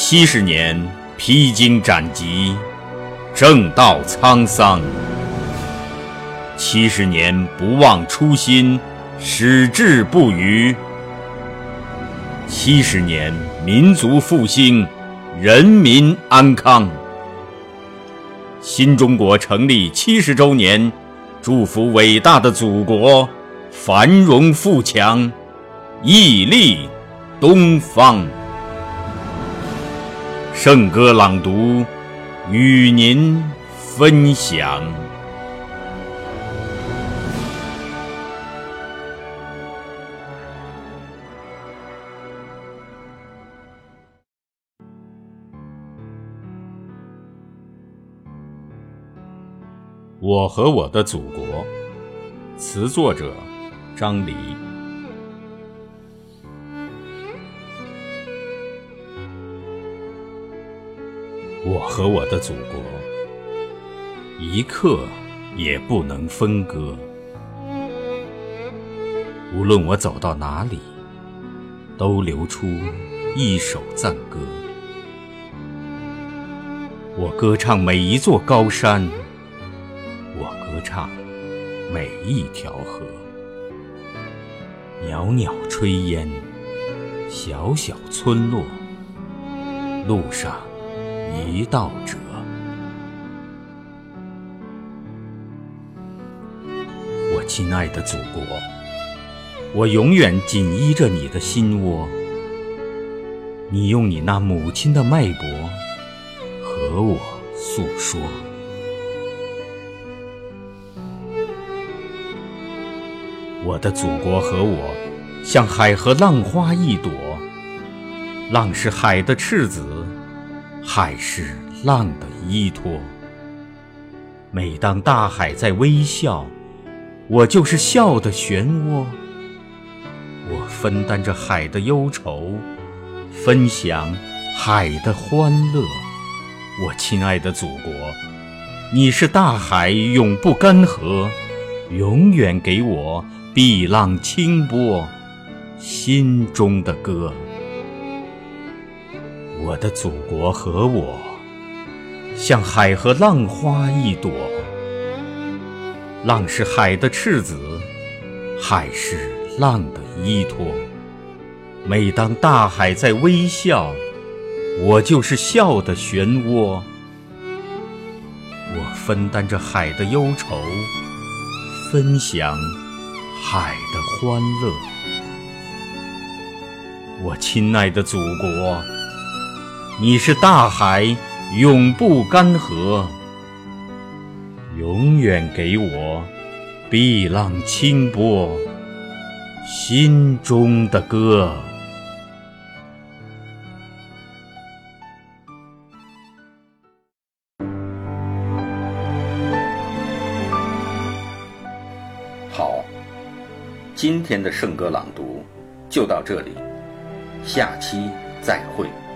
70年披荆斩棘，正道沧桑；70年不忘初心，矢志不渝；70年民族复兴，人民安康。新中国成立70周年，祝福伟大的祖国繁荣富强，屹立东方。圣歌朗读，与您分享。我和我的祖国，词作者张黎。我和我的祖国，一刻也不能分割。无论我走到哪里，都流出一首赞歌。我歌唱每一座高山，我歌唱每一条河。袅袅炊烟，小小村落，路上一道辙。我亲爱的祖国，我永远紧依着你的心窝。你用你那母亲的脉搏和我诉说。我的祖国和我，像海和浪花一朵。浪是海的赤子，海是浪的依托。每当大海在微笑，我就是笑的漩涡。我分担着海的忧愁，分享海的欢乐。我亲爱的祖国，你是大海永不干涸，永远给我碧浪清波，心中的歌。我的祖国和我，像海和浪花一朵。浪是海的赤子，海是浪的依托。每当大海在微笑，我就是笑的漩涡。我分担着海的忧愁，分享海的欢乐。我亲爱的祖国，你是大海永不干涸，永远给我碧浪清波，心中的歌。好，今天的圣歌朗读就到这里，下期再会。